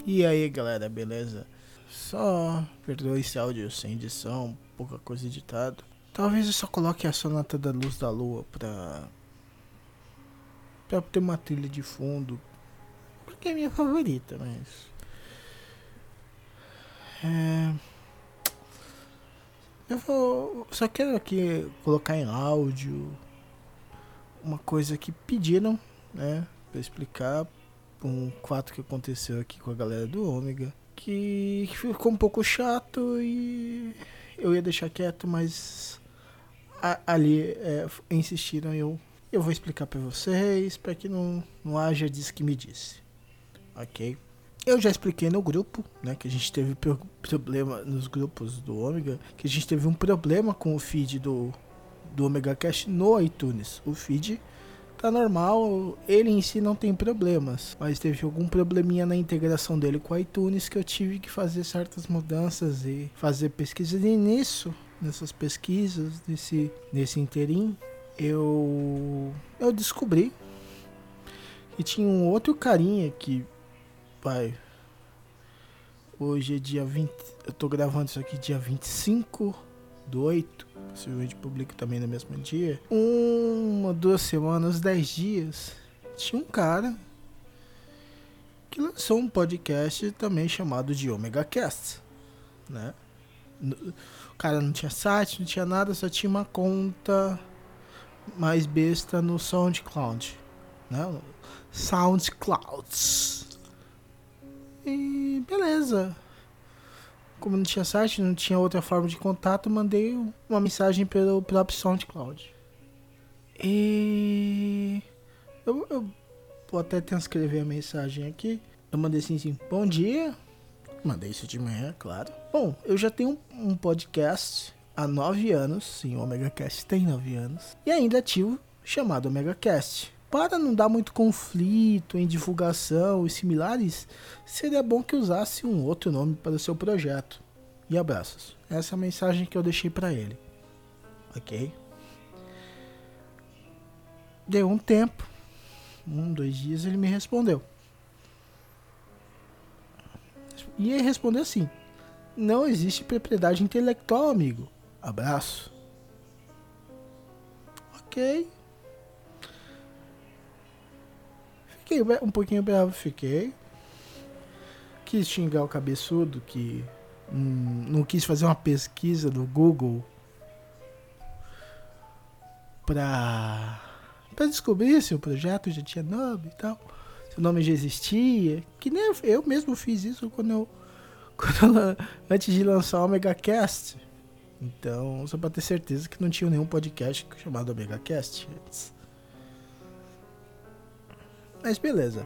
E aí galera, beleza? Só perdoe esse áudio sem edição, pouca coisa editada. Talvez eu só coloque a Sonata da Luz da Lua pra ter uma trilha de fundo, porque é minha favorita, mas... Só quero aqui colocar em áudio uma coisa que pediram, né? Pra explicar um fato que aconteceu aqui com a galera do Ômega. Que ficou um pouco chato e eu ia deixar quieto, mas ali insistiram e eu vou explicar pra vocês, pra que não haja diz que me disse, ok? Eu já expliquei no grupo, né, que a gente teve problema nos grupos do Ômega, que a gente teve um problema com o feed do Omega Cast no iTunes. O feed tá normal, ele em si não tem problemas, mas teve algum probleminha na integração dele com o iTunes que eu tive que fazer certas mudanças e fazer pesquisas. E nessas pesquisas, nesse interim, eu descobri que tinha um outro carinha que, pai, hoje é dia 20, eu tô gravando isso aqui dia 25/8, possivelmente publico também no mesmo dia. 2 semanas, 10 dias, tinha um cara que lançou um podcast também chamado de Omega Cast, né? O cara não tinha site, não tinha nada, só tinha uma conta mais besta no SoundCloud, né? SoundCloud. E beleza. Como não tinha site, não tinha outra forma de contato, mandei uma mensagem pelo próprio SoundCloud. E eu vou até transcrever a mensagem aqui. Eu mandei assim, bom dia. Mandei isso de manhã, claro. Bom, eu já tenho um podcast há 9 anos. Sim, o Omega Cast tem 9 anos. E ainda ativo, chamado Omega Cast. Para não dar muito conflito em divulgação e similares, seria bom que usasse um outro nome para o seu projeto. E abraços. Essa é a mensagem que eu deixei para ele. Ok? Deu um tempo. 2 dias ele me respondeu. E ele respondeu assim: não existe propriedade intelectual, amigo. Abraço. Ok. Fiquei um pouquinho bravo, fiquei. Quis xingar o cabeçudo que não quis fazer uma pesquisa no Google pra descobrir se o projeto já tinha nome e tal, se o nome já existia. Que nem eu mesmo fiz isso antes de lançar o Omega Cast. Então, só pra ter certeza que não tinha nenhum podcast chamado Omega Cast antes. Mas beleza.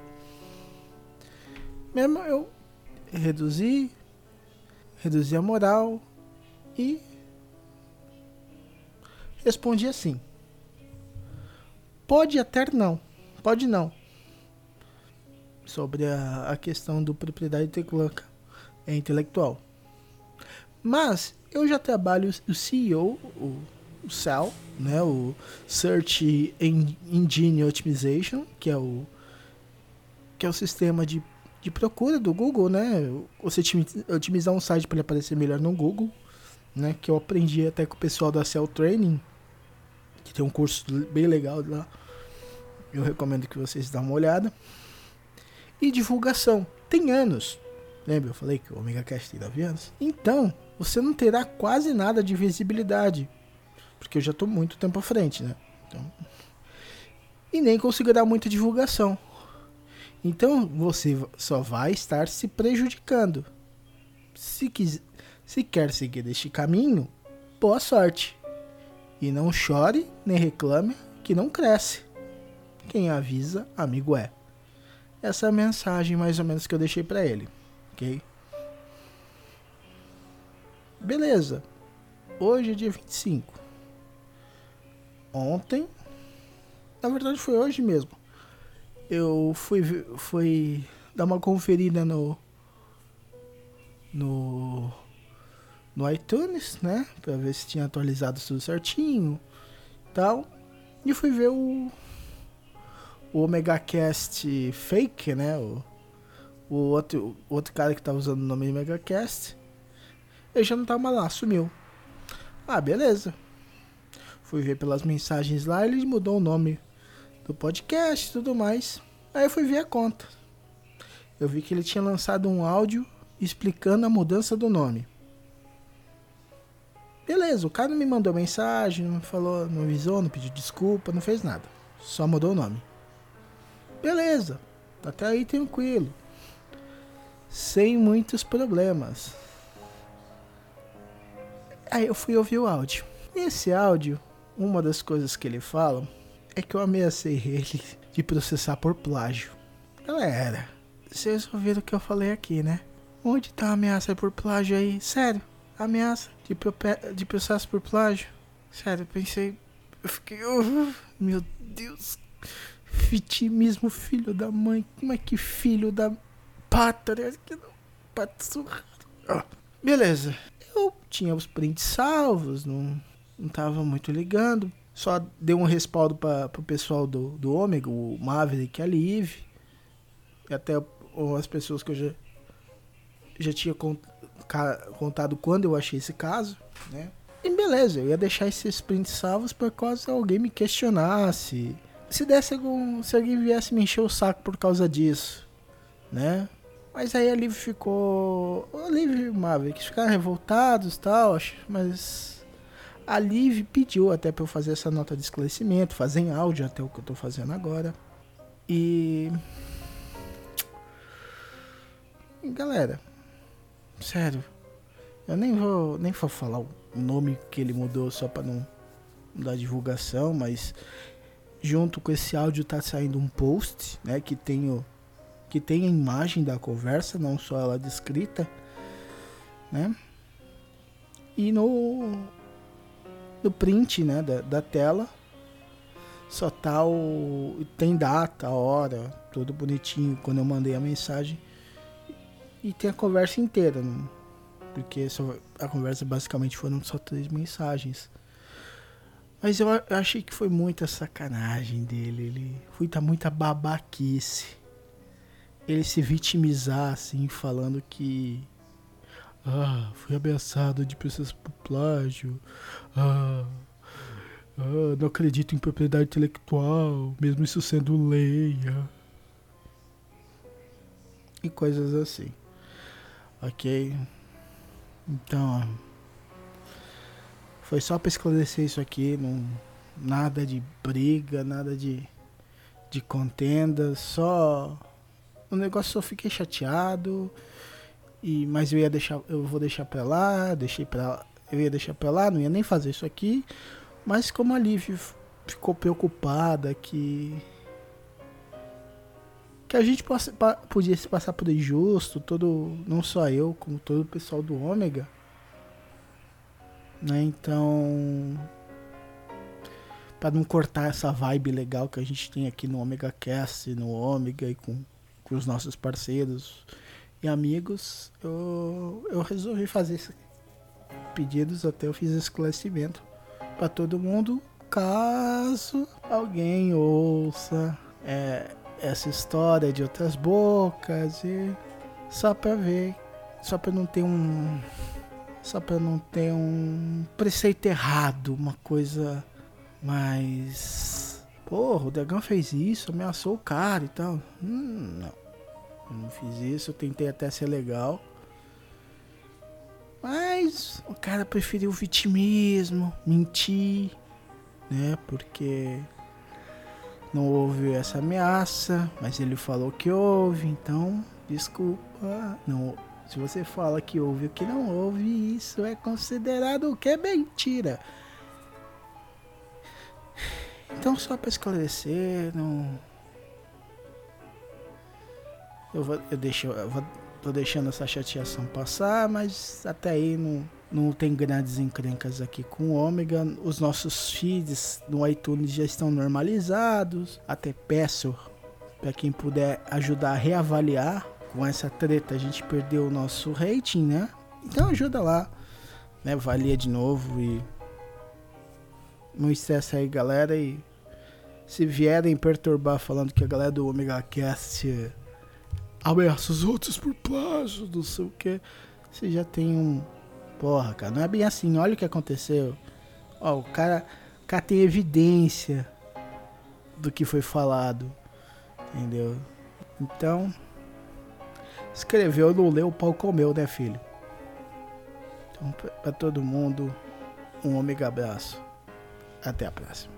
Mesmo eu reduzi a moral e respondi assim: pode não. Sobre a questão do propriedade intelectual. Mas eu já trabalho o CEO, o SEO, né, o Search Engine Optimization, que é o sistema de procura do Google, né? Você otimizar um site para ele aparecer melhor no Google, né? Que eu aprendi até com o pessoal da SEO Training, que tem um curso bem legal lá. Eu recomendo que vocês dêem uma olhada. E divulgação. Tem anos. Lembra? Eu falei que o Omega Cast tem 9 anos. Então, você não terá quase nada de visibilidade. Porque eu já estou muito tempo à frente, né? Então, e nem conseguirá muita divulgação. Então, você só vai estar se prejudicando. Se quer seguir deste caminho, boa sorte. E não chore nem reclame que não cresce. Quem avisa, amigo é. Essa é a mensagem mais ou menos que eu deixei pra ele, ok? Beleza. Hoje é dia 25. Ontem, na verdade foi hoje mesmo, eu fui dar uma conferida no iTunes, né? Pra ver se tinha atualizado tudo certinho e tal. E fui ver o Omega Cast Fake, né? o outro cara que tava usando o nome MegaCast, ele já não tava lá, sumiu. Ah, beleza. Fui ver pelas mensagens lá, ele mudou o nome do podcast e tudo mais. Aí eu fui ver a conta. Eu vi que ele tinha lançado um áudio explicando a mudança do nome. Beleza, o cara não me mandou mensagem, não falou, não avisou, não pediu desculpa, não fez nada. Só mudou o nome. Beleza, até aí tranquilo. Sem muitos problemas. Aí eu fui ouvir o áudio. Nesse áudio, uma das coisas que ele fala é que eu ameacei ele de processar por plágio. Galera, vocês ouviram o que eu falei aqui, né? Onde tá a ameaça por plágio aí? Sério, ameaça de processo por plágio? Sério, eu pensei... Eu fiquei... meu Deus... Vitimismo, filho da mãe. Como é que filho da pátria? Pato surrado. Beleza. Eu tinha os prints salvos, não tava muito ligando. Só dei um respaldo pro pessoal do Ômega, o Maverick e a Liv. E até as pessoas que eu já tinha contado quando eu achei esse caso, né? E beleza, eu ia deixar esses prints salvos por causa alguém me questionasse. Se alguém viesse me encher o saco por causa disso, né? Mas aí a Liv ficou... A Liv e o Maverick ficaram revoltados e tal, mas... A Liv pediu até pra eu fazer essa nota de esclarecimento, fazer em áudio até o que eu tô fazendo agora. E... Galera, sério, eu nem vou falar o nome que ele mudou só pra não dar divulgação, mas... Junto com esse áudio tá saindo um post, né, que tem a imagem da conversa, não só ela descrita, né? E no print, né, da tela só tá tem data, hora, tudo bonitinho quando eu mandei a mensagem. E tem a conversa inteira, né? Porque a conversa basicamente foram só 3 mensagens. Mas eu achei que foi muita sacanagem dele. Foi muita babaquice. Ele se vitimizar assim, falando que... fui ameaçado de processo por plágio. Não acredito em propriedade intelectual, mesmo isso sendo lei. E coisas assim. Ok? Então... Foi só pra esclarecer isso aqui, nada de briga, nada de contenda, só... O negócio só fiquei chateado, mas eu vou deixar pra lá, eu ia deixar pra lá, não ia nem fazer isso aqui, mas como a Liv ficou preocupada que a gente podia se passar por injusto, não só eu, como todo o pessoal do Ômega, né? Então, para não cortar essa vibe legal que a gente tem aqui no Omega Cast, no Ômega e com os nossos parceiros e amigos, eu resolvi fazer esses pedidos, até eu fiz esclarecimento para todo mundo, caso alguém ouça essa história de outras bocas, e só para ver, só para não ter um preceito errado, uma coisa mais... Porra, o Dragão fez isso, ameaçou o cara e tal. Não, eu não fiz isso, eu tentei até ser legal. Mas o cara preferiu o vitimismo, mentir, né? Porque não houve essa ameaça, mas ele falou que houve, então, desculpa, não... Se você fala que houve o que não houve, isso é considerado o que é mentira. Então, só para esclarecer, tô deixando essa chateação passar, mas até aí não tem grandes encrencas aqui com o Ômega. Os nossos feeds no iTunes já estão normalizados. Até peço para quem puder ajudar a reavaliar. Com essa treta a gente perdeu o nosso rating, né? Então ajuda lá, né? Avalia de novo e não estressa aí, galera. E se vierem perturbar falando que a galera do Omega Cast ameaça os outros por plágio, não sei o que. Você já tem um... Porra, cara, não é bem assim. Olha o que aconteceu. Ó, o cara tem evidência do que foi falado. Entendeu? Então, escreveu, não leu, o pau comeu, né, filho? Então, pra todo mundo, um ômega abraço. Até a próxima.